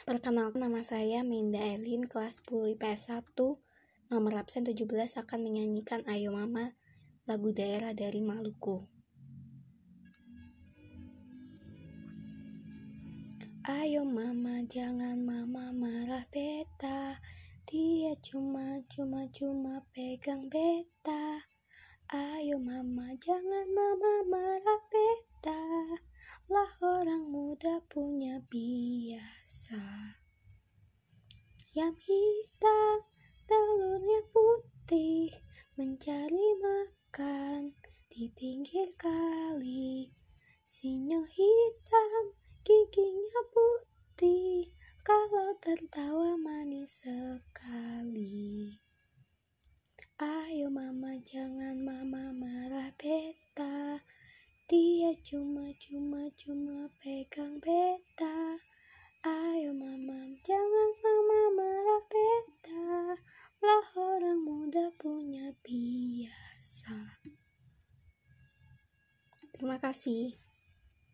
Perkenalkan, nama saya Menda Elin, kelas 10 IPS 1, nomor absen 17, akan menyanyikan Ayo Mama, lagu daerah dari Maluku. Ayo mama, jangan mama marah beta, dia cuma pegang beta. Ayo mama, jangan mama marah beta, lah orang muda punya biasa. Yang hitam, telurnya putih, mencari makan di pinggir kali. Sinyo hitam, giginya putih, kalau tertawa manis sekali. Ayo mama, jangan mama marah beta, dia cuma pegang beta. Ayo mama, jangan mama marah beta, lah orang muda punya biasa. Terima kasih.